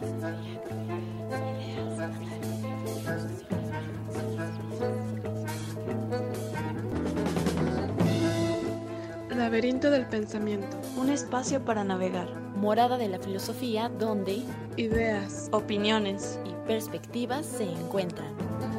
Laberinto del pensamiento. Un espacio para navegar. Morada de la filosofía donde ideas, opiniones y perspectivas se encuentran.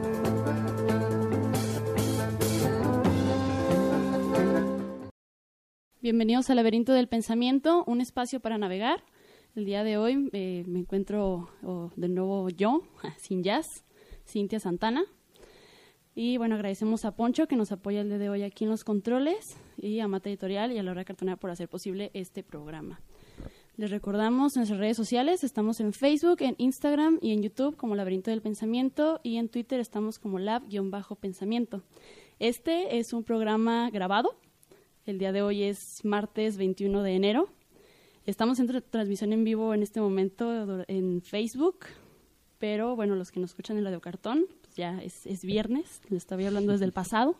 Bienvenidos al Laberinto del Pensamiento, un espacio para navegar. El día de hoy me encuentro de nuevo yo, sin Jazz, Cintia Santana. Y bueno, agradecemos a Poncho que nos apoya el día de hoy aquí en los controles y a Mata Editorial y a La Hora Cartonera por hacer posible este programa. Les recordamos nuestras redes sociales, estamos en Facebook, en Instagram y en YouTube como Laberinto del Pensamiento y en Twitter estamos como lab-pensamiento. Este es un programa grabado, el día de hoy es martes 21 de enero. Estamos en transmisión en vivo en este momento en Facebook, pero bueno, los que nos escuchan en Radio Cartón, pues ya es viernes, les estaba hablando desde el pasado.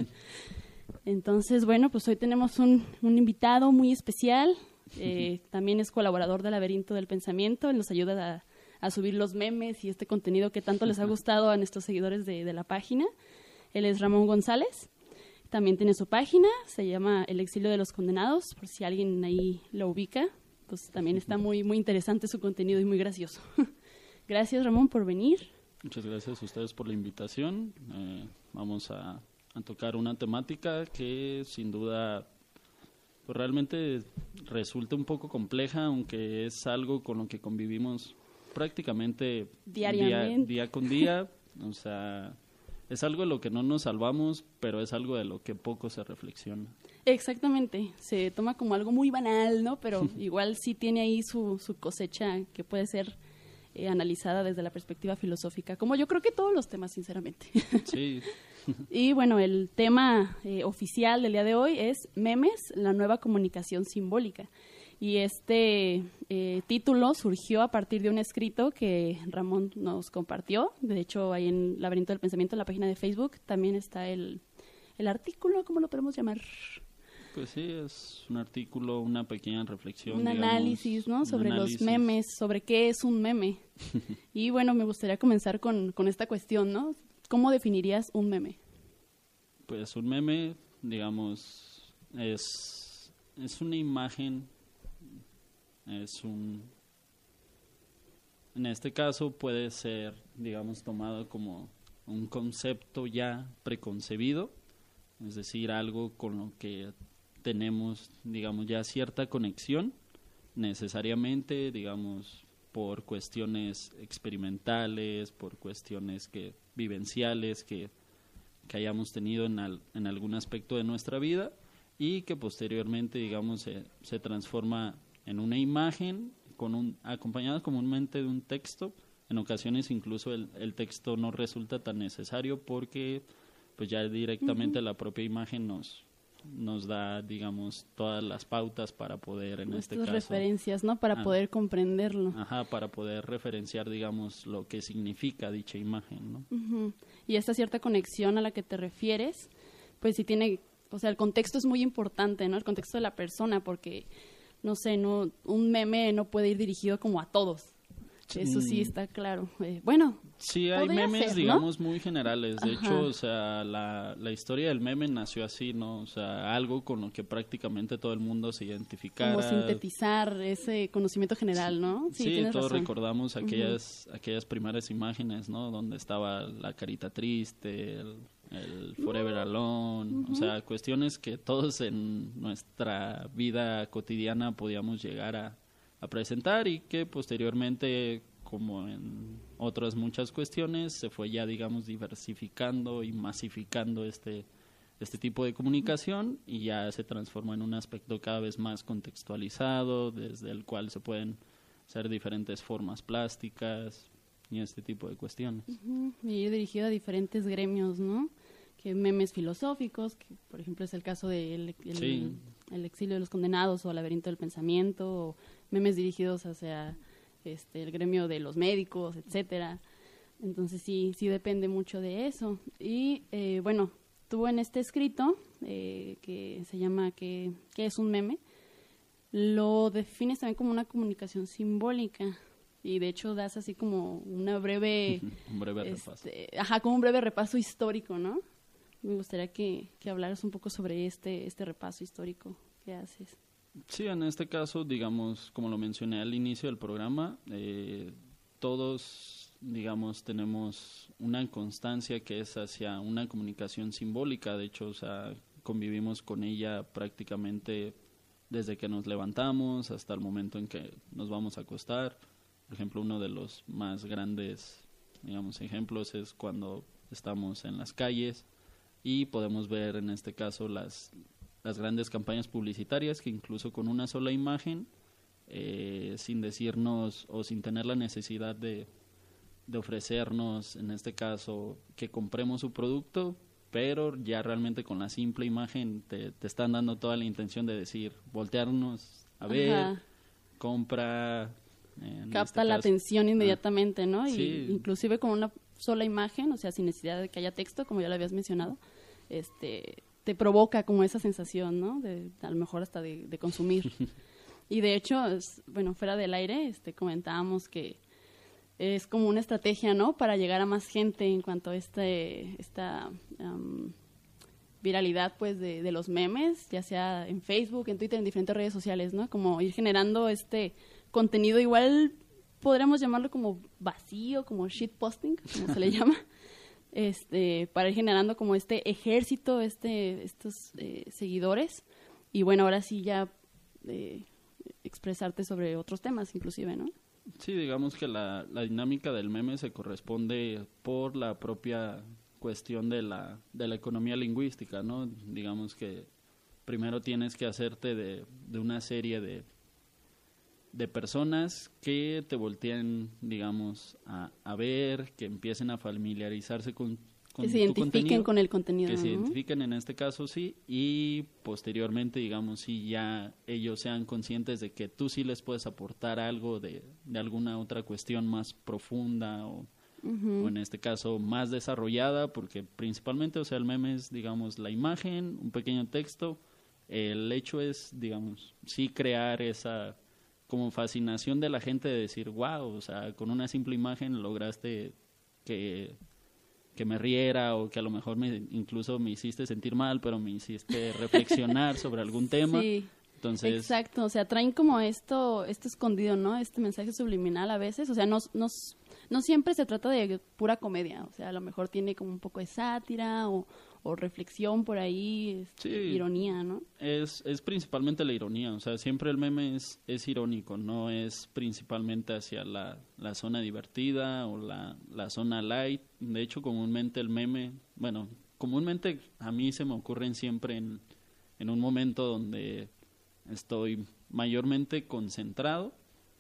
Entonces, bueno, pues hoy tenemos un invitado muy especial. También es colaborador del Laberinto del Pensamiento, él nos ayuda a subir los memes y este contenido que tanto les ha gustado a nuestros seguidores de la página. Él es Ramón González, también tiene su página, se llama El Exilio de los Condenados, por si alguien ahí lo ubica, pues también está muy, muy interesante su contenido y muy gracioso. Gracias, Ramón, por venir. Muchas gracias a ustedes por la invitación. Vamos a tocar una temática que sin duda pues realmente resulta un poco compleja, aunque es algo con lo que convivimos prácticamente diariamente, día con día. O sea, es algo de lo que no nos salvamos, pero es algo de lo que poco se reflexiona. Exactamente, se toma como algo muy banal, ¿no? Pero igual sí tiene ahí su cosecha que puede ser analizada desde la perspectiva filosófica, como yo creo que todos los temas, sinceramente. Sí. Y bueno, el tema oficial del día de hoy es memes, la nueva comunicación simbólica. Y este título surgió a partir de un escrito que Ramón nos compartió. De hecho, ahí en Laberinto del Pensamiento, en la página de Facebook, también está el artículo, ¿cómo lo podemos llamar? Pues sí, es un artículo, una pequeña reflexión. Un análisis, ¿no? Sobre los memes, sobre qué es un meme. Y bueno, me gustaría comenzar con esta cuestión, ¿no? ¿Cómo definirías un meme? Pues un meme, digamos, es una imagen, en este caso puede ser, digamos, tomado como un concepto ya preconcebido, es decir, algo con lo que tenemos, digamos, ya cierta conexión, necesariamente, digamos, por cuestiones experimentales, por cuestiones vivenciales que hayamos tenido en algún aspecto de nuestra vida y que posteriormente, digamos, se transforma en una imagen acompañada comúnmente de un texto. En ocasiones incluso el texto no resulta tan necesario porque pues ya directamente la propia imagen nos da, digamos, todas las pautas para poder, en este caso, referencias, ¿no? Para poder comprenderlo. Ajá, para poder referenciar, digamos, lo que significa dicha imagen, ¿no? Uh-huh. Y esta cierta conexión a la que te refieres, pues sí tiene, o sea, el contexto es muy importante, ¿no? El contexto de la persona, porque, no sé, un meme no puede ir dirigido como a todos. Eso sí está claro. Bueno, sí, hay memes, ser, digamos, ¿no? muy generales. De hecho, o sea, la historia del meme nació así, ¿no? O sea, algo con lo que prácticamente todo el mundo se identificara. Como sintetizar ese conocimiento general, ¿no? Sí, todos recordamos aquellas primeras imágenes, ¿no? Donde estaba la carita triste, el Forever Alone, o sea, cuestiones que todos en nuestra vida cotidiana podíamos llegar a presentar y que posteriormente, como en otras muchas cuestiones, se fue ya, digamos, diversificando y masificando este tipo de comunicación y ya se transforma en un aspecto cada vez más contextualizado, desde el cual se pueden hacer diferentes formas plásticas y este tipo de cuestiones. Y ir dirigido a diferentes gremios, ¿no? Que memes filosóficos, que por ejemplo es el caso de el Exilio de los Condenados o el Laberinto del Pensamiento, o memes dirigidos hacia el gremio de los médicos, etcétera. Entonces sí depende mucho de eso. Y bueno, tú en este escrito que se llama ¿Qué es un meme? Lo defines también como una comunicación simbólica. Y de hecho das así como una breve... Un breve repaso. Como un breve repaso histórico, ¿no? Me gustaría que hablaras un poco sobre este repaso histórico que haces. Sí, en este caso, digamos, como lo mencioné al inicio del programa, todos, digamos, tenemos una constancia que es hacia una comunicación simbólica. De hecho, o sea, convivimos con ella prácticamente desde que nos levantamos hasta el momento en que nos vamos a acostar. Por ejemplo, uno de los más grandes, digamos, ejemplos es cuando estamos en las calles y podemos ver en este caso las grandes campañas publicitarias que incluso con una sola imagen, sin decirnos o sin tener la necesidad de ofrecernos, en este caso, que compremos su producto, pero ya realmente con la simple imagen te están dando toda la intención de decir, voltearnos a ver, Ajá. Compra. Capta la atención inmediatamente, ¿no? Sí. Y inclusive con una sola imagen, o sea, sin necesidad de que haya texto, como ya lo habías mencionado, te provoca como esa sensación, ¿no? A lo mejor hasta de consumir. Y de hecho, bueno, fuera del aire, comentábamos que es como una estrategia, ¿no? Para llegar a más gente en cuanto a esta viralidad, pues, de los memes, ya sea en Facebook, en Twitter, en diferentes redes sociales, ¿no? Como ir generando contenido, igual podríamos llamarlo como vacío, como shitposting, como se le llama, para ir generando como ejército, estos seguidores, y bueno, ahora sí ya expresarte sobre otros temas inclusive, ¿no? Sí, digamos que la dinámica del meme se corresponde por la propia cuestión de la economía lingüística, ¿no? Digamos que primero tienes que hacerte de una serie de personas que te volteen, digamos, a ver, que empiecen a familiarizarse con que se identifiquen con el contenido. Que ¿no? se identifiquen en este caso, sí, y posteriormente, digamos, sí, ya ellos sean conscientes de que tú sí les puedes aportar algo de alguna otra cuestión más profunda o en este caso más desarrollada, porque principalmente, o sea, el meme es, digamos, la imagen, un pequeño texto. El hecho es, digamos, sí crear esa como fascinación de la gente de decir, wow, o sea, con una simple imagen lograste que me riera, o que a lo mejor incluso me hiciste sentir mal, pero me hiciste reflexionar sobre algún tema. Sí, entonces, exacto, o sea, traen como esto escondido, ¿no? Este mensaje subliminal a veces, o sea, no siempre se trata de pura comedia, o sea, a lo mejor tiene como un poco de sátira o reflexión por ahí, sí, ironía, ¿no? Es principalmente la ironía, o sea, siempre el meme es irónico, no es principalmente hacia la zona divertida o la zona light. De hecho, comúnmente el meme, bueno, comúnmente a mí se me ocurren siempre en un momento donde estoy mayormente concentrado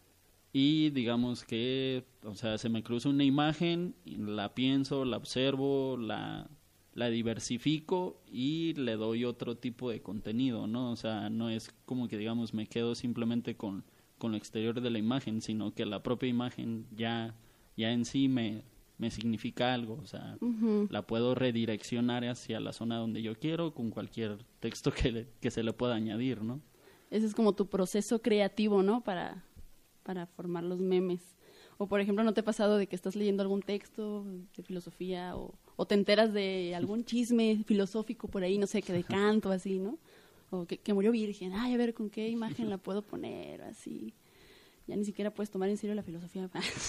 y digamos que, o sea, se me cruza una imagen, la pienso, la observo, la diversifico y le doy otro tipo de contenido, ¿no? O sea, no es como que, digamos, me quedo simplemente con lo exterior de la imagen, sino que la propia imagen ya en sí me significa algo, o sea, la puedo redireccionar hacia la zona donde yo quiero con cualquier texto que se le pueda añadir, ¿no? Ese es como tu proceso creativo, ¿no? Para formar los memes. O, por ejemplo, ¿no te ha pasado de que estás leyendo algún texto de filosofía o te enteras de algún chisme filosófico por ahí, no sé, que de Kant o así, ¿no? O que murió virgen. Ay, a ver, ¿con qué imagen la puedo poner? Así. Ya ni siquiera puedes tomar en serio la filosofía.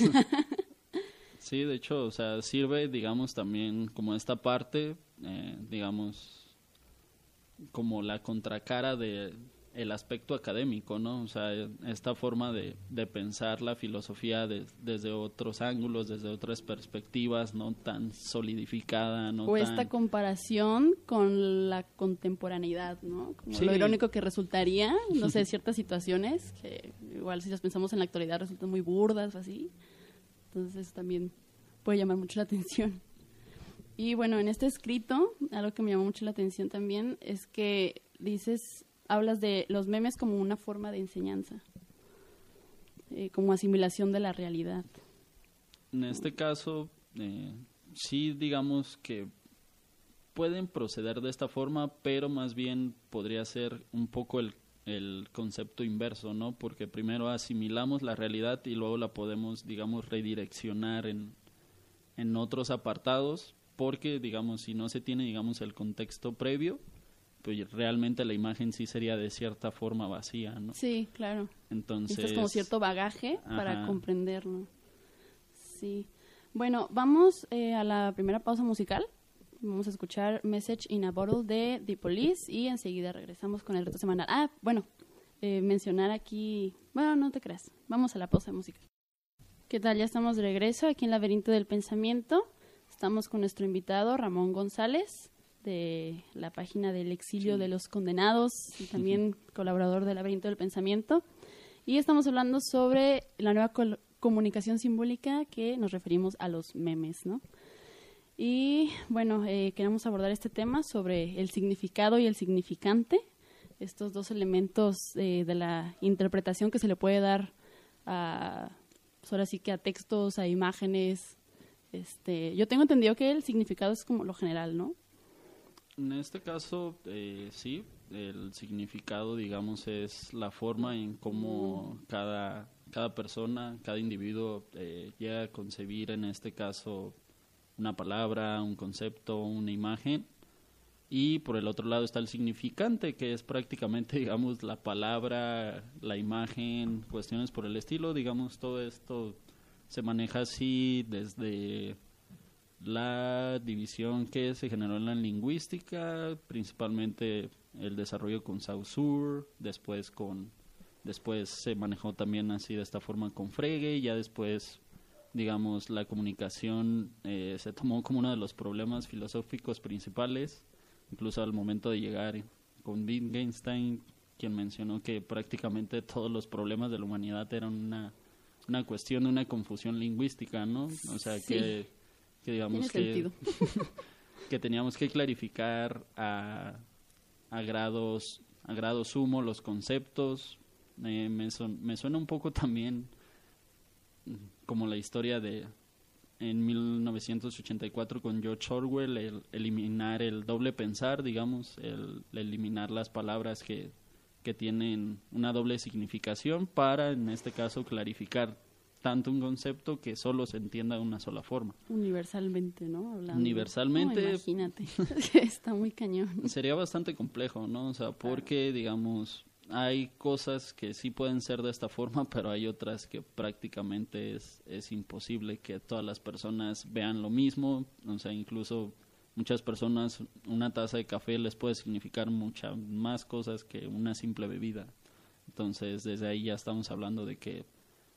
Sí, de hecho, o sea, sirve, digamos, también como esta parte, digamos, como la contracara el aspecto académico, ¿no? O sea, esta forma de pensar la filosofía desde otros ángulos, desde otras perspectivas, no tan solidificada, no o tan... esta comparación con la contemporaneidad, ¿no? Como Sí. lo irónico que resultaría, no sé, ciertas situaciones que igual si las pensamos en la actualidad resultan muy burdas o así. Entonces también puede llamar mucho la atención. Y bueno, en este escrito, algo que me llamó mucho la atención también es que hablas de los memes como una forma de enseñanza, como asimilación de la realidad. En este caso, sí, digamos que pueden proceder de esta forma, pero más bien podría ser un poco el concepto inverso, ¿no? Porque primero asimilamos la realidad y luego la podemos, digamos, redireccionar en otros apartados, porque, digamos, si no se tiene, digamos, el contexto previo, pues realmente la imagen sí sería de cierta forma vacía, ¿no? Sí, claro. Entonces, necesitas como cierto bagaje para ajá. comprenderlo. Sí. Bueno, vamos a la primera pausa musical. Vamos a escuchar Message in a Bottle de The Police y enseguida regresamos con el reto semanal. Ah, bueno, mencionar aquí... Bueno, no te creas. Vamos a la pausa musical. ¿Qué tal? Ya estamos de regreso aquí en Laberinto del Pensamiento. Estamos con nuestro invitado Ramón González, de la página del Exilio de los Condenados y también colaborador del Laberinto del Pensamiento. Y estamos hablando sobre la nueva comunicación simbólica, que nos referimos a los memes, ¿no? Y bueno, queremos abordar este tema sobre el significado y el significante, estos dos elementos de la interpretación que se le puede dar pues ahora sí que a textos, a imágenes. Yo tengo entendido que el significado es como lo general, ¿no? En este caso, sí, el significado, digamos, es la forma en cómo cada persona, cada individuo llega a concebir, en este caso, una palabra, un concepto, una imagen. Y por el otro lado está el significante, que es prácticamente, digamos, la palabra, la imagen, cuestiones por el estilo. Digamos, todo esto se maneja así desde la división que se generó en la lingüística, principalmente el desarrollo con Saussure, después se manejó también así de esta forma con Frege, y ya después, digamos, la comunicación se tomó como uno de los problemas filosóficos principales, incluso al momento de llegar con Wittgenstein, quien mencionó que prácticamente todos los problemas de la humanidad eran una cuestión de una confusión lingüística, ¿no? O sea, sí, que digamos que teníamos que clarificar a grado sumo los conceptos. Me suena un poco también como la historia de en 1984 con George Orwell, el eliminar el doble pensar, digamos, el eliminar las palabras que tienen una doble significación para, en este caso, clarificar tanto un concepto que solo se entienda de una sola forma. Universalmente, ¿no? Hablando. Universalmente. No, imagínate, está muy cañón. Sería bastante complejo, ¿no? O sea, porque, digamos, hay cosas que sí pueden ser de esta forma, pero hay otras que prácticamente es imposible que todas las personas vean lo mismo. O sea, incluso muchas personas, una taza de café les puede significar muchas más cosas que una simple bebida. Entonces, desde ahí ya estamos hablando de que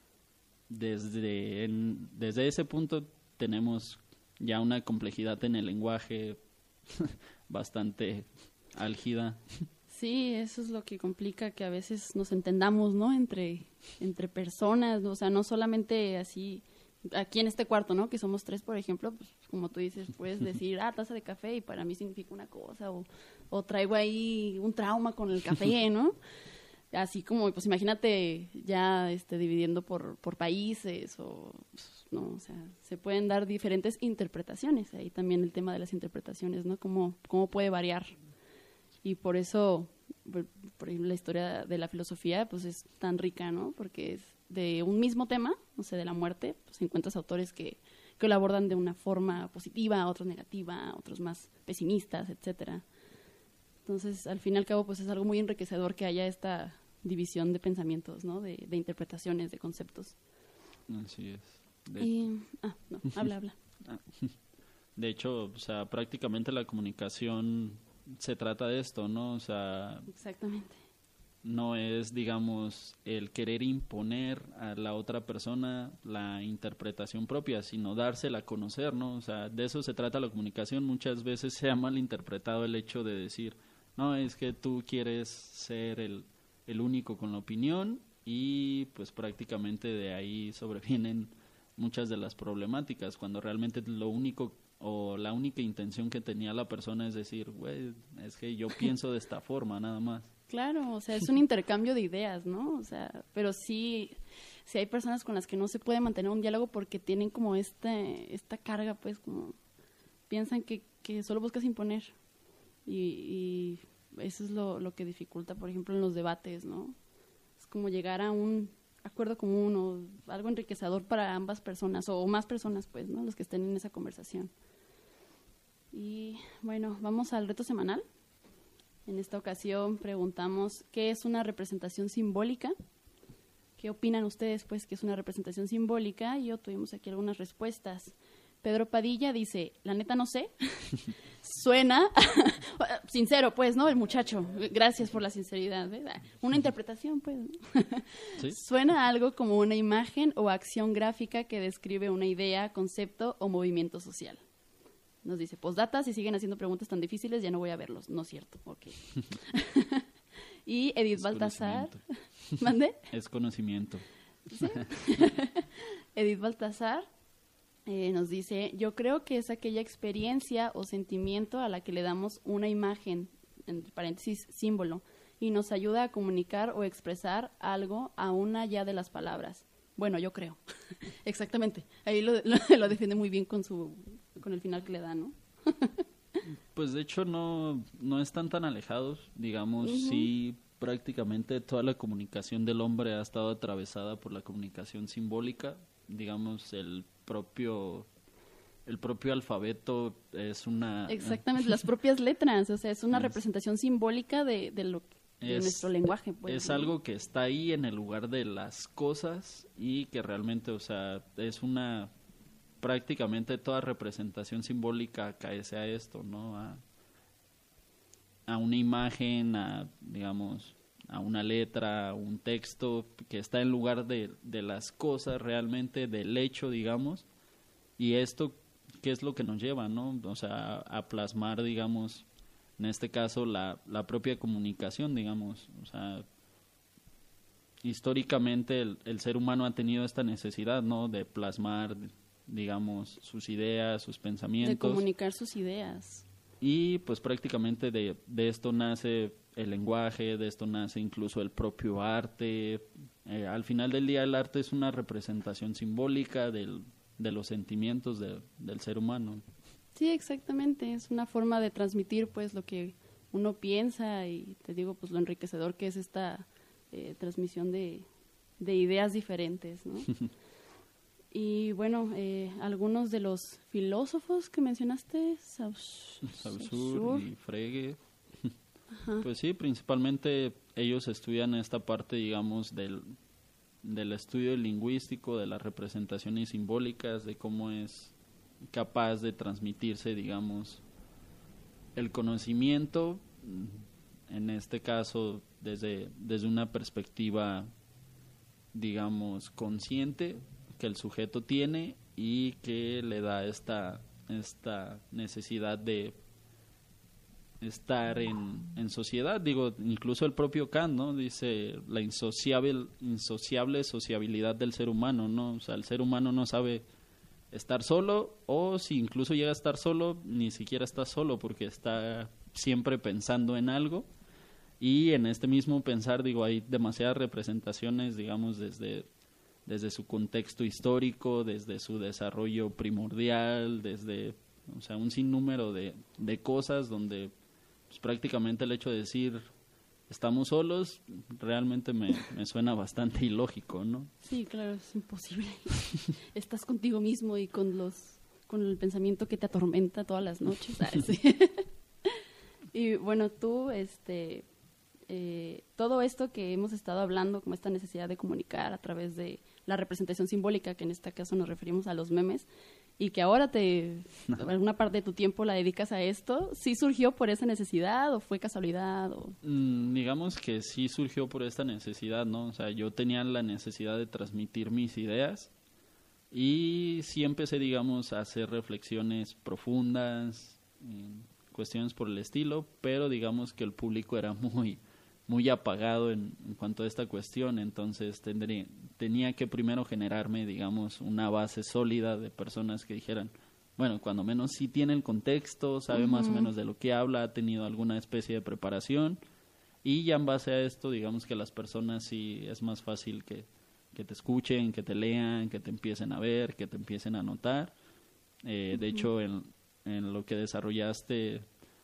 desde ese punto tenemos ya una complejidad en el lenguaje bastante álgida. Sí, eso es lo que complica que a veces nos entendamos, ¿no? Entre personas, ¿no? O sea, no solamente así, aquí en este cuarto, ¿no? Que somos tres, por ejemplo, pues como tú dices, puedes decir, taza de café, y para mí significa una cosa, o traigo ahí un trauma con el café, ¿no? Así como, pues imagínate ya dividiendo por países, ¿no? O sea, se pueden dar diferentes interpretaciones. Ahí también el tema de las interpretaciones, ¿no? Cómo puede variar. Y por eso, por ejemplo, la historia de la filosofía, pues es tan rica, ¿no? Porque es de un mismo tema, o sea, de la muerte, pues encuentras autores que lo abordan de una forma positiva, otros negativa, otros más pesimistas, etcétera. Entonces, al fin y al cabo, pues es algo muy enriquecedor que haya esta división de pensamientos, ¿no? De interpretaciones, de conceptos. Así es. No, habla. De hecho, o sea, prácticamente la comunicación se trata de esto, ¿no? O sea, exactamente. No es, digamos, el querer imponer a la otra persona la interpretación propia, sino dársela a conocer, ¿no? O sea, de eso se trata la comunicación. Muchas veces se ha malinterpretado el hecho de decir, no, es que tú quieres ser el único con la opinión, y pues prácticamente de ahí sobrevienen muchas de las problemáticas, cuando realmente lo único o la única intención que tenía la persona es decir, güey, es que yo pienso de esta forma, nada más. Claro, o sea, es un intercambio de ideas, ¿no? O sea, pero sí hay personas con las que no se puede mantener un diálogo porque tienen como esta carga, pues, como piensan que solo buscas imponer. Y eso es lo que dificulta, por ejemplo, en los debates, ¿no? Es como llegar a un acuerdo común o algo enriquecedor para ambas personas o más personas, pues, ¿no? Los que estén en esa conversación. Y bueno, vamos al reto semanal. En esta ocasión preguntamos ¿qué es una representación simbólica? ¿Qué opinan ustedes, pues, que es una representación simbólica? Y yo tuvimos aquí algunas respuestas. Pedro Padilla dice, la neta no sé, suena, sincero, pues, ¿no? El muchacho, gracias por la sinceridad, ¿verdad? Una interpretación, pues, ¿no? ¿Sí? Suena algo como una imagen o acción gráfica que describe una idea, concepto o movimiento social. Nos dice, postdata, si siguen haciendo preguntas tan difíciles, ya no voy a verlos. No es cierto, ok. Y Edith Baltasar. ¿Mande? Es conocimiento. ¿Sí? Edith Baltasar nos dice, yo creo que es aquella experiencia o sentimiento a la que le damos una imagen, entre paréntesis, símbolo, y nos ayuda a comunicar o expresar algo aún allá de las palabras. Bueno, yo creo. Exactamente. Ahí lo defiende muy bien con el final que le da, ¿no? Pues de hecho no están tan alejados, digamos, sí, prácticamente toda la comunicación del hombre ha estado atravesada por la comunicación simbólica, digamos, el propio alfabeto es una... Exactamente, las propias letras, o sea, es una representación simbólica de nuestro lenguaje. Pues, es ¿no? algo que está ahí en el lugar de las cosas y que realmente, o sea, es una... prácticamente toda representación simbólica caece a esto, ¿no? A una imagen, digamos, a una letra, a un texto que está en lugar de las cosas realmente, del hecho, digamos, y esto, ¿qué es lo que nos lleva, no? O sea, a plasmar, digamos, en este caso, la propia comunicación, digamos, o sea, históricamente el ser humano ha tenido esta necesidad, ¿no? De plasmar, digamos, sus ideas, sus pensamientos. De comunicar sus ideas. Y pues prácticamente de esto nace el lenguaje, de esto nace incluso el propio arte. Al final del día el arte es una representación simbólica de los sentimientos del ser humano. Sí, exactamente. Es una forma de transmitir pues lo que uno piensa y te digo pues lo enriquecedor que es esta transmisión de ideas diferentes, ¿no? Y bueno, algunos de los filósofos que mencionaste, Saussure y Frege, pues sí, principalmente ellos estudian esta parte, digamos, del estudio lingüístico, de las representaciones simbólicas, de cómo es capaz de transmitirse, digamos, el conocimiento, en este caso desde una perspectiva, digamos, consciente, que el sujeto tiene y que le da esta necesidad de estar en sociedad. Digo, incluso el propio Kant, ¿no? Dice la insociable sociabilidad del ser humano, ¿no? O sea, el ser humano no sabe estar solo, o si incluso llega a estar solo, ni siquiera está solo porque está siempre pensando en algo. Y en este mismo pensar, digo, hay demasiadas representaciones, digamos, desde su contexto histórico, desde su desarrollo primordial, desde, o sea, un sinnúmero de cosas donde pues, prácticamente el hecho de decir estamos solos realmente me suena bastante ilógico, ¿no? Sí, claro, es imposible. Estás contigo mismo y con el pensamiento que te atormenta todas las noches. Sí. Y bueno, tú, todo esto que hemos estado hablando, como esta necesidad de comunicar a través de la representación simbólica, que en este caso nos referimos a los memes, y que ahora alguna parte de tu tiempo la dedicas a esto, ¿sí surgió por esa necesidad o fue casualidad? Digamos que sí surgió por esta necesidad, ¿no? O sea, yo tenía la necesidad de transmitir mis ideas y sí empecé, digamos, a hacer reflexiones profundas, cuestiones por el estilo, pero digamos que el público era muy apagado en cuanto a esta cuestión, entonces tenía que primero generarme, digamos, una base sólida de personas que dijeran, bueno, cuando menos sí tiene el contexto, sabe más o menos de lo que habla, ha tenido alguna especie de preparación, y ya en base a esto, digamos que las personas sí es más fácil que te escuchen, que te lean, que te empiecen a ver, que te empiecen a notar. De hecho, en lo que desarrollaste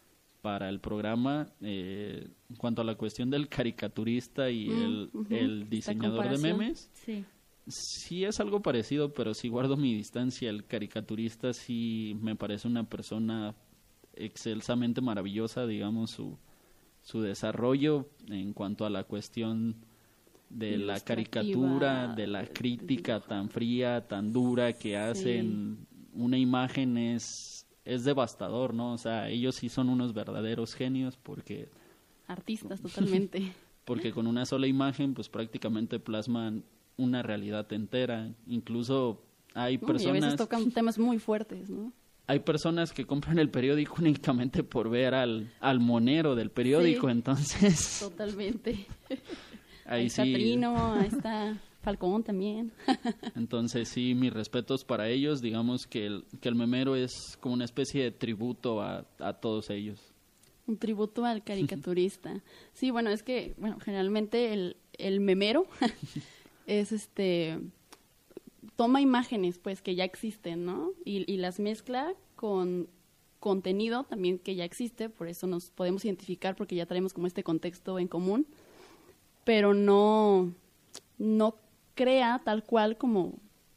para el programa, en cuanto a la cuestión del caricaturista y el diseñador de memes, sí es algo parecido, pero sí guardo mi distancia. El caricaturista sí me parece una persona excelsamente maravillosa, digamos, su desarrollo en cuanto a la cuestión de la caricatura, de la crítica tan fría, tan dura que hacen. Una imagen es devastador, ¿no? O sea, ellos sí son unos verdaderos genios porque... Artistas, totalmente. Porque con una sola imagen, pues prácticamente plasman una realidad entera. Incluso hay personas... Y a veces tocan temas muy fuertes, ¿no? Hay personas que compran el periódico únicamente por ver al monero del periódico, entonces... Totalmente. Ahí está sí. Trino, ahí está Falcón también. Entonces sí, mis respetos para ellos. Digamos que el memero es como una especie de tributo a todos ellos. Un tributo al caricaturista. Sí, bueno, es que generalmente el memero es toma imágenes pues que ya existen, ¿no? Y las mezcla con contenido también que ya existe, por eso nos podemos identificar porque ya traemos como este contexto en común, pero no crea tal cual como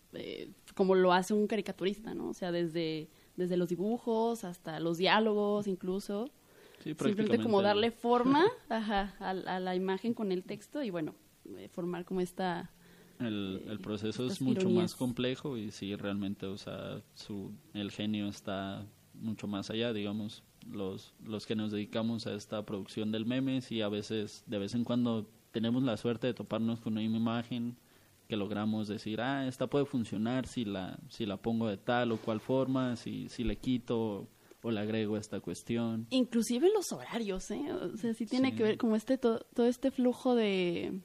lo hace un caricaturista, ¿no? O sea, desde los dibujos hasta los diálogos incluso. Sí, simplemente como darle forma a la imagen con el texto y bueno, formar como esta... El proceso es mucho más complejo y sí, realmente, o sea, el genio está mucho más allá, digamos, los que nos dedicamos a esta producción del meme, y a veces, de vez en cuando, tenemos la suerte de toparnos con una imagen que logramos decir, esta puede funcionar si la pongo de tal o cual forma, si le quito o le agrego esta cuestión. Inclusive los horarios, o sea, sí tiene que ver como todo este flujo de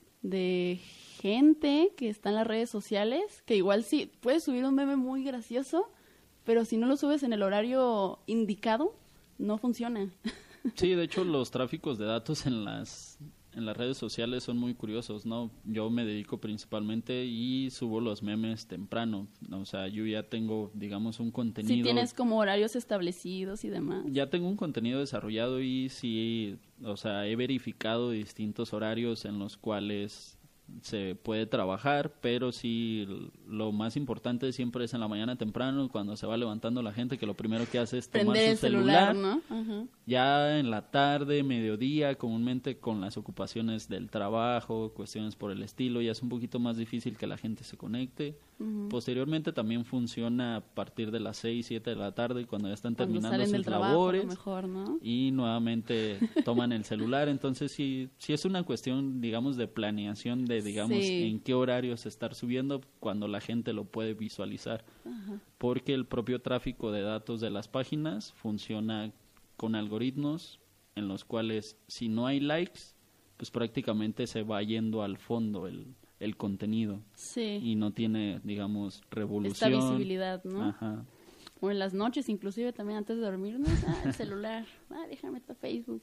gente que está en las redes sociales, que igual sí, puedes subir un meme muy gracioso, pero si no lo subes en el horario indicado, no funciona. Sí, de hecho los tráficos de datos en las redes sociales son muy curiosos, ¿no? Yo me dedico principalmente y subo los memes temprano, o sea, yo ya tengo, digamos, un contenido... Sí, tienes como horarios establecidos y demás. Ya tengo un contenido desarrollado y sí, o sea, he verificado distintos horarios en los cuales se puede trabajar, pero sí lo más importante siempre es en la mañana temprano, cuando se va levantando la gente, que lo primero que hace es tomar prender su el celular, ¿no? Uh-huh. Ya en la tarde, mediodía, comúnmente con las ocupaciones del trabajo, cuestiones por el estilo, ya es un poquito más difícil que la gente se conecte. Uh-huh. Posteriormente también funciona a partir de las 6, 7 de la tarde, cuando ya están terminando sus labores, mejor, ¿no? Y nuevamente toman el celular. Entonces sí es una cuestión, digamos, de planeación de, digamos, en qué horarios estar subiendo cuando la gente lo puede visualizar. Uh-huh. Porque el propio tráfico de datos de las páginas funciona con algoritmos en los cuales si no hay likes, pues prácticamente se va yendo al fondo el contenido. Sí. Y no tiene, digamos, revolución. Esta visibilidad, ¿no? Ajá. O en las noches, inclusive también antes de dormirnos, el celular, déjame tu Facebook.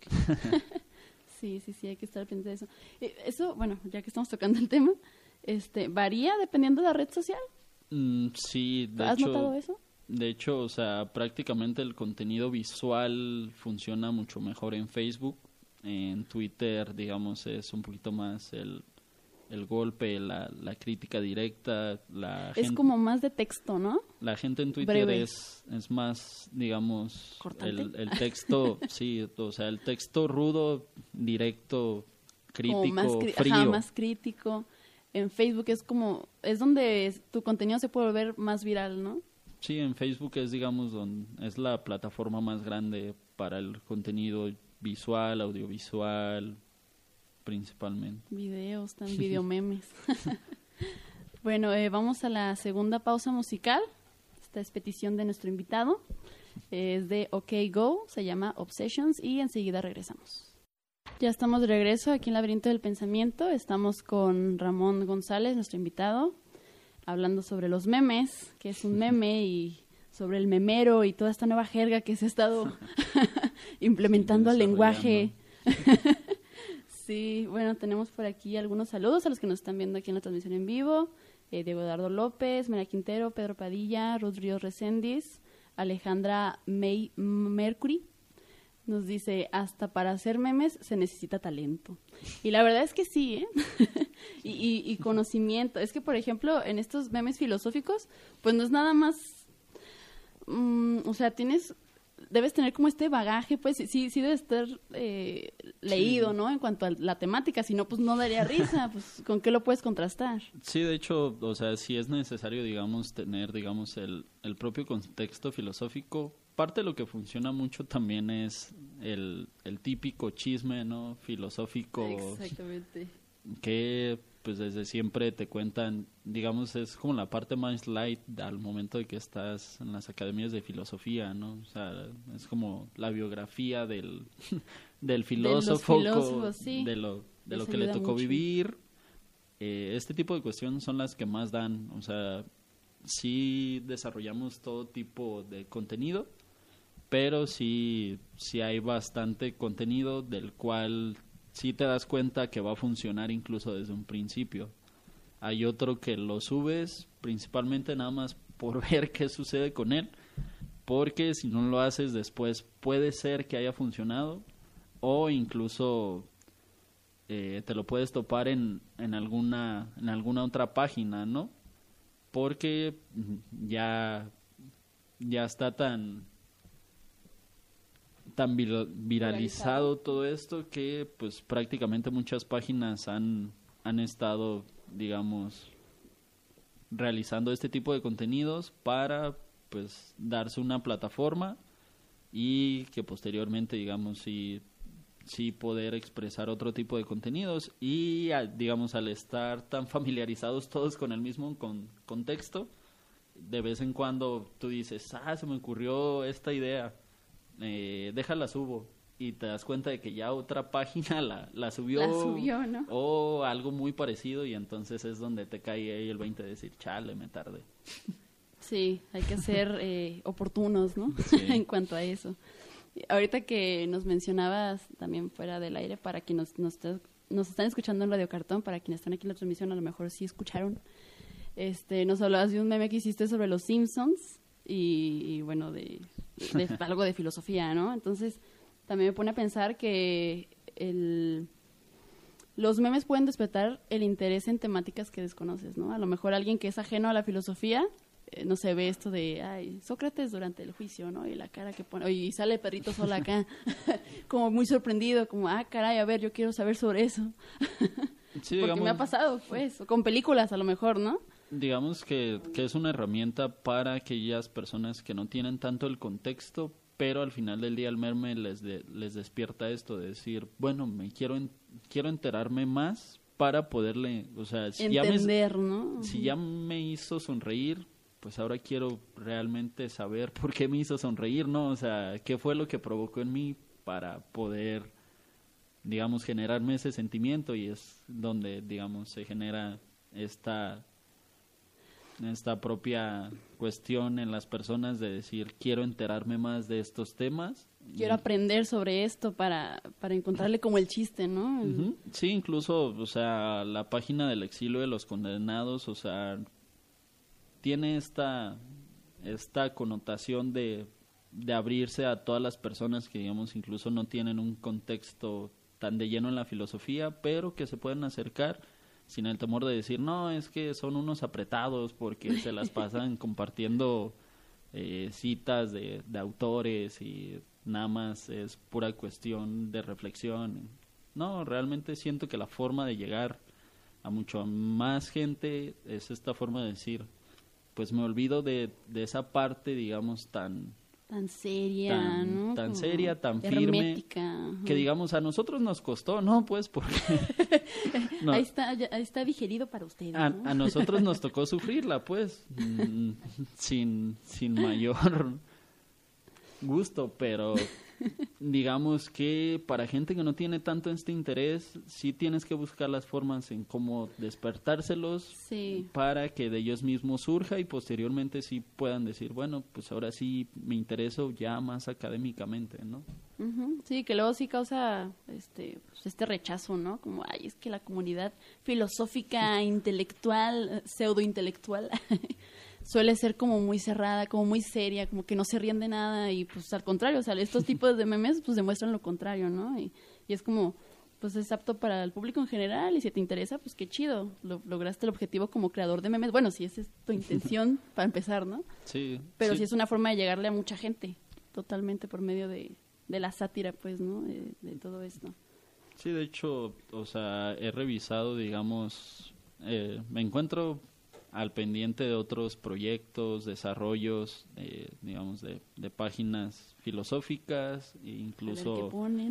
Sí, hay que estar pendiente de eso. Eso, bueno, ya que estamos tocando el tema, ¿varía dependiendo de la red social? Sí, ¿Has notado eso? De hecho, o sea, prácticamente el contenido visual funciona mucho mejor en Facebook. En Twitter, digamos, es un poquito más el golpe, la crítica directa. Es como más de texto, ¿no? La gente en Twitter es más, digamos, el texto, sí, o sea, el texto rudo, directo, crítico, frío. Ajá, más crítico. En Facebook es donde tu contenido se puede volver más viral, ¿no? Sí, en Facebook es, digamos, es la plataforma más grande para el contenido visual, audiovisual, principalmente. Videos, videomemes. Bueno, vamos a la segunda pausa musical. Esta es petición de nuestro invitado. Es de OK Go, se llama Obsessions y enseguida regresamos. Ya estamos de regreso aquí en Laberinto del Pensamiento. Estamos con Ramón González, nuestro invitado, hablando sobre los memes, que es un meme, y sobre el memero y toda esta nueva jerga que se ha estado implementando al lenguaje. Sí, bueno, tenemos por aquí algunos saludos a los que nos están viendo aquí en la transmisión en vivo. Diego Eduardo López, Mera Quintero, Pedro Padilla, Ruth Ríos Recendis, Alejandra May Mercury, Nos dice, hasta para hacer memes se necesita talento. Y la verdad es que sí, ¿eh? y conocimiento. Es que, por ejemplo, en estos memes filosóficos, pues no es nada más... o sea, debes tener como este bagaje, pues sí debe estar leído, sí, ¿no? En cuanto a la temática, si no, pues no daría risa. Pues, ¿con qué lo puedes contrastar? Sí, de hecho, o sea, sí es necesario, digamos, tener, digamos, el propio contexto filosófico. Parte de lo que funciona mucho también es el típico chisme, ¿no? Filosófico. Exactamente. Que pues desde siempre te cuentan, digamos, es como la parte más light al momento de que estás en las academias de filosofía, ¿no? O sea, es como la biografía del filósofo, de los filósofos, sí. de lo que le tocó mucho vivir. Este tipo de cuestiones son las que más dan, o sea, sí desarrollamos todo tipo de contenido, pero sí hay bastante contenido del cual sí te das cuenta que va a funcionar incluso desde un principio. Hay otro que lo subes principalmente nada más por ver qué sucede con él, porque si no lo haces después puede ser que haya funcionado o incluso te lo puedes topar en alguna otra página, ¿no? Porque ya está tan viralizado todo esto que pues prácticamente muchas páginas han estado, digamos, realizando este tipo de contenidos para pues darse una plataforma y que posteriormente, digamos, sí poder expresar otro tipo de contenidos y digamos, al estar tan familiarizados todos con el mismo contexto, de vez en cuando tú dices, se me ocurrió esta idea, déjala subo, y te das cuenta de que ya otra página la subió, ¿no? O algo muy parecido, y entonces es donde te cae ahí el 20 de decir, chale, me tardé. Sí, hay que ser oportunos, ¿no? Sí. En cuanto a eso. Ahorita que nos mencionabas también fuera del aire, para quienes nos están escuchando en Radio Cartón, para quienes están aquí en la transmisión, a lo mejor sí escucharon, nos hablabas de un meme que hiciste sobre los Simpsons y bueno, de algo de filosofía, ¿no? Entonces, también me pone a pensar que los memes pueden despertar el interés en temáticas que desconoces, ¿no? A lo mejor alguien que es ajeno a la filosofía no se ve esto de Sócrates durante el juicio, ¿no? Y la cara que pone, y sale el perrito solo acá, como muy sorprendido, como, caray, a ver, yo quiero saber sobre eso. Sí, porque digamos, me ha pasado, pues, o con películas a lo mejor, ¿no? Digamos que es una herramienta para aquellas personas que no tienen tanto el contexto, pero al final del día el meme les despierta esto de decir, bueno, quiero enterarme más para poderle, o sea, entender, ¿no? Si ya me hizo sonreír, pues ahora quiero realmente saber por qué me hizo sonreír, ¿no? O sea, qué fue lo que provocó en mí para poder, digamos, generarme ese sentimiento, y es donde, digamos, se genera esta propia cuestión en las personas de decir, quiero enterarme más de estos temas. Quiero aprender sobre esto para encontrarle como el chiste, ¿no? Uh-huh. Sí, incluso, o sea, la página del exilio de los condenados, o sea, tiene esta connotación de abrirse a todas las personas que, digamos, incluso no tienen un contexto tan de lleno en la filosofía, pero que se pueden acercar sin el temor de decir, no, es que son unos apretados porque se las pasan compartiendo citas de autores y nada más es pura cuestión de reflexión. No, realmente siento que la forma de llegar a mucho más gente es esta forma de decir, pues me olvido de esa parte, digamos, tan seria, ¿no? Tan seria, tan hermética, firme, que digamos a nosotros nos costó, ¿no? Pues porque no, ahí está digerido para ustedes, ¿no? A nosotros nos tocó sufrirla, pues, sin mayor gusto, pero digamos que para gente que no tiene tanto este interés, sí tienes que buscar las formas en cómo despertárselos, sí, para que de ellos mismos surja y posteriormente sí puedan decir, bueno, pues ahora sí me intereso ya más académicamente, ¿no? Uh-huh. Sí, que luego sí causa este rechazo, ¿no? Como, es que la comunidad filosófica, intelectual, pseudointelectual, suele ser como muy cerrada, como muy seria, como que no se ríen de nada y pues al contrario, o sea, estos tipos de memes pues demuestran lo contrario, ¿no? Y es como, pues es apto para el público en general y si te interesa, pues qué chido, lograste el objetivo como creador de memes. Bueno, si esa es tu intención para empezar, ¿no? Sí. Pero sí. sí es una forma de llegarle a mucha gente, totalmente por medio de la sátira, pues, ¿no? De todo esto. Sí, de hecho, o sea, he revisado, digamos, me encuentro al pendiente de otros proyectos, desarrollos, digamos, de páginas filosóficas e incluso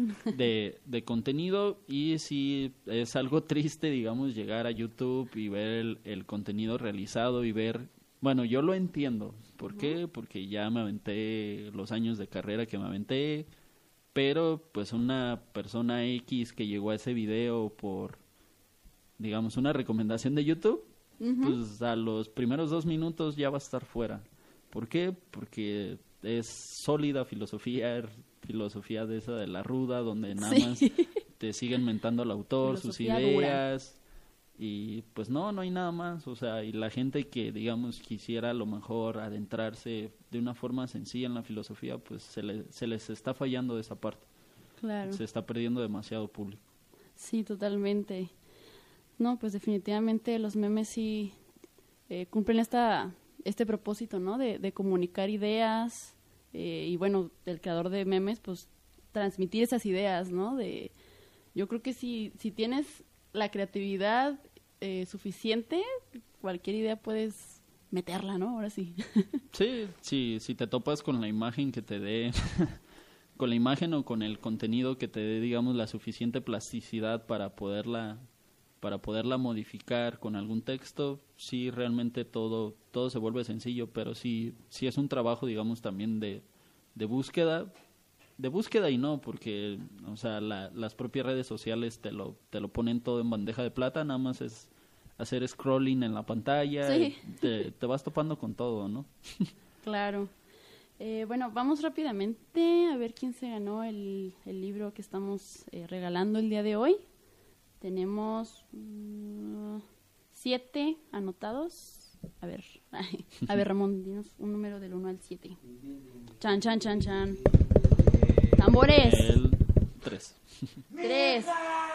de contenido, y sí es algo triste, digamos, llegar a YouTube y ver el contenido realizado y ver, bueno, yo lo entiendo, ¿por qué? Porque ya me aventé los años de carrera que me aventé, pero pues una persona X que llegó a ese video por, digamos, una recomendación de YouTube, pues a los primeros 2 minutos ya va a estar fuera. ¿Por qué? Porque es sólida filosofía de esa de la ruda, donde nada más te siguen mentando al autor, filosofía sus ideas, dura. Y pues no hay nada más, o sea, y la gente que, digamos, quisiera a lo mejor adentrarse de una forma sencilla en la filosofía, pues se les está fallando esa parte. Claro. Se está perdiendo demasiado público. Sí, totalmente. No, pues definitivamente los memes sí cumplen este propósito, ¿no? De comunicar ideas y bueno, el creador de memes, pues transmitir esas ideas, ¿no? Yo creo que si tienes la creatividad suficiente, cualquier idea puedes meterla, ¿no? Ahora sí. Sí, si te topas con la imagen que te dé, con la imagen o con el contenido que te dé, digamos, la suficiente plasticidad para poderla modificar con algún texto, sí, realmente todo se vuelve sencillo, pero sí es un trabajo, digamos, también de búsqueda y no, porque, o sea, las propias redes sociales te lo ponen todo en bandeja de plata, nada más es hacer scrolling en la pantalla, sí. te vas topando con todo, ¿no? Claro. Bueno, vamos rápidamente a ver quién se ganó el libro que estamos regalando el día de hoy. Tenemos 7 anotados. A ver, Ramón, dinos un número del 1 al 7. Chan, chan, chan, chan. ¡Tambores! El 3. 3.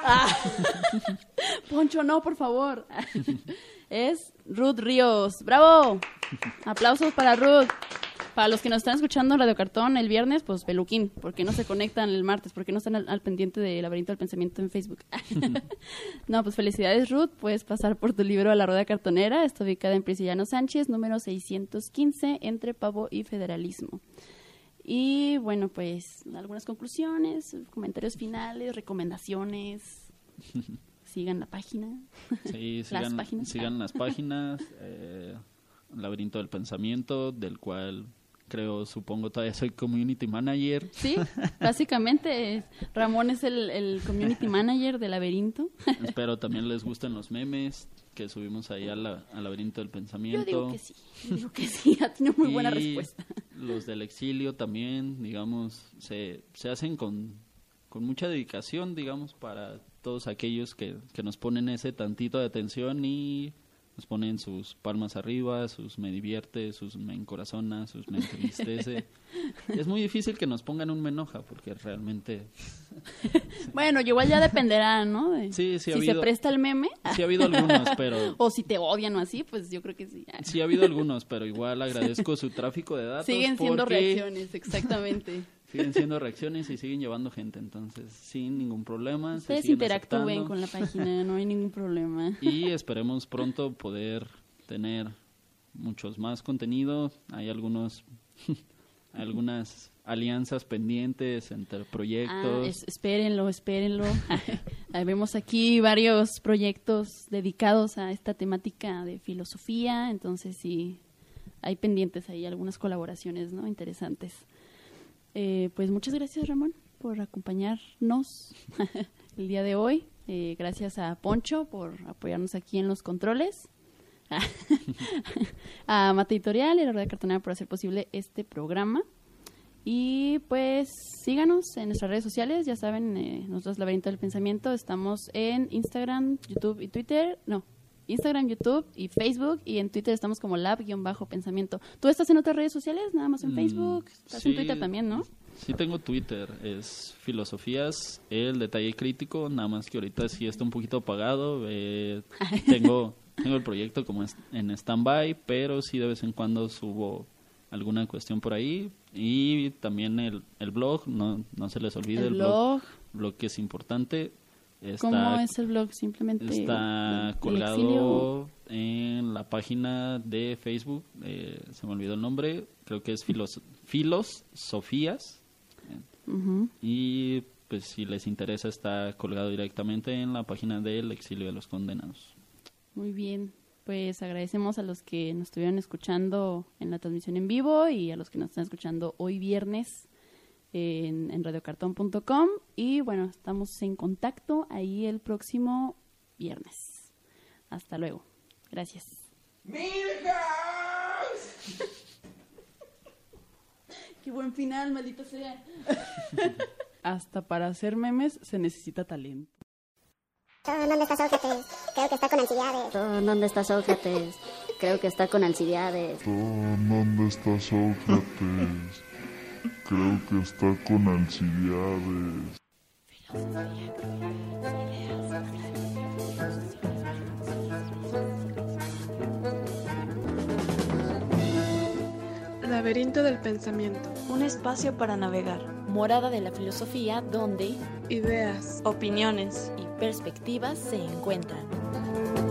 Poncho, no, por favor. Es Ruth Ríos. ¡Bravo! Aplausos para Ruth. Para los que nos están escuchando en Radio Cartón el viernes, pues peluquín. ¿Por qué no se conectan el martes? ¿Por qué no están al pendiente de Laberinto del Pensamiento en Facebook? No, pues felicidades, Ruth. Puedes pasar por tu libro a la Rueda Cartonera. Está ubicada en Prisciliano Sánchez, número 615, entre Pavo y Federalismo. Y bueno, pues algunas conclusiones, comentarios finales, recomendaciones. Sigan la página. Sí, sigan las páginas. Laberinto del Pensamiento, del cual supongo todavía soy community manager. Sí, básicamente Ramón es el community manager de Laberinto. Espero también les gusten los memes que subimos ahí al Laberinto del Pensamiento. Yo digo que sí, ha tenido muy buena respuesta. Los del exilio también, digamos, se hacen con mucha dedicación, digamos, para todos aquellos que nos ponen ese tantito de atención y nos ponen sus palmas arriba, sus me divierte, sus me encorazona, sus me entristece. Es muy difícil que nos pongan un me enoja, porque realmente... Bueno, igual ya dependerá, ¿no? Sí, si se presta el meme. Sí ha habido algunos, pero... O si te odian o así, pues yo creo que sí. Sí ha habido algunos, pero igual agradezco su tráfico de datos. Siguen siendo reacciones, exactamente. Siguen siendo reacciones y siguen llevando gente, entonces sin ningún problema. Ustedes interactúen con la página, no hay ningún problema. Y esperemos pronto poder tener muchos más contenidos. Hay algunas alianzas pendientes entre proyectos. Espérenlo. Vemos aquí varios proyectos dedicados a esta temática de filosofía, entonces sí, hay pendientes ahí algunas colaboraciones, ¿no? Interesantes. Pues muchas gracias, Ramón, por acompañarnos el día de hoy. Gracias a Poncho por apoyarnos aquí en los controles. A Mate Editorial y a la Rueda Cartonera por hacer posible este programa. Y pues síganos en nuestras redes sociales. Ya saben, nosotros Laberinto del Pensamiento estamos en Instagram, YouTube y Twitter. No, Instagram, YouTube y Facebook, y en Twitter estamos como lab-pensamiento. ¿Tú estás en otras redes sociales? Nada más en Facebook. Estás en Twitter también, ¿no? Sí tengo Twitter, es Filosofías, el detalle crítico, nada más que ahorita sí está un poquito apagado. Tengo el proyecto como en stand-by, pero sí de vez en cuando subo alguna cuestión por ahí. Y también el blog, no se les olvide el blog que es importante. ¿Cómo es el blog? Simplemente está colgado en la página de Facebook, se me olvidó el nombre, creo que es Filosofías. Y pues si les interesa está colgado directamente en la página del Exilio de los Condenados. Muy bien, pues agradecemos a los que nos estuvieron escuchando en la transmisión en vivo y a los que nos están escuchando hoy viernes en radiocartón.com, y bueno, estamos en contacto ahí el próximo viernes. Hasta luego. Gracias. Qué buen final, maldita sea. Hasta para hacer memes se necesita talento. ¿Dónde está Sócrates? Creo que está con Alcibiades. ¿Dónde está Sócrates? Creo que está con Alcibiades. ¿Dónde está Sócrates? Creo que está con Alcibiades. Laberinto del pensamiento. Un espacio para navegar. Morada de la filosofía donde Ideas, opiniones y perspectivas se encuentran.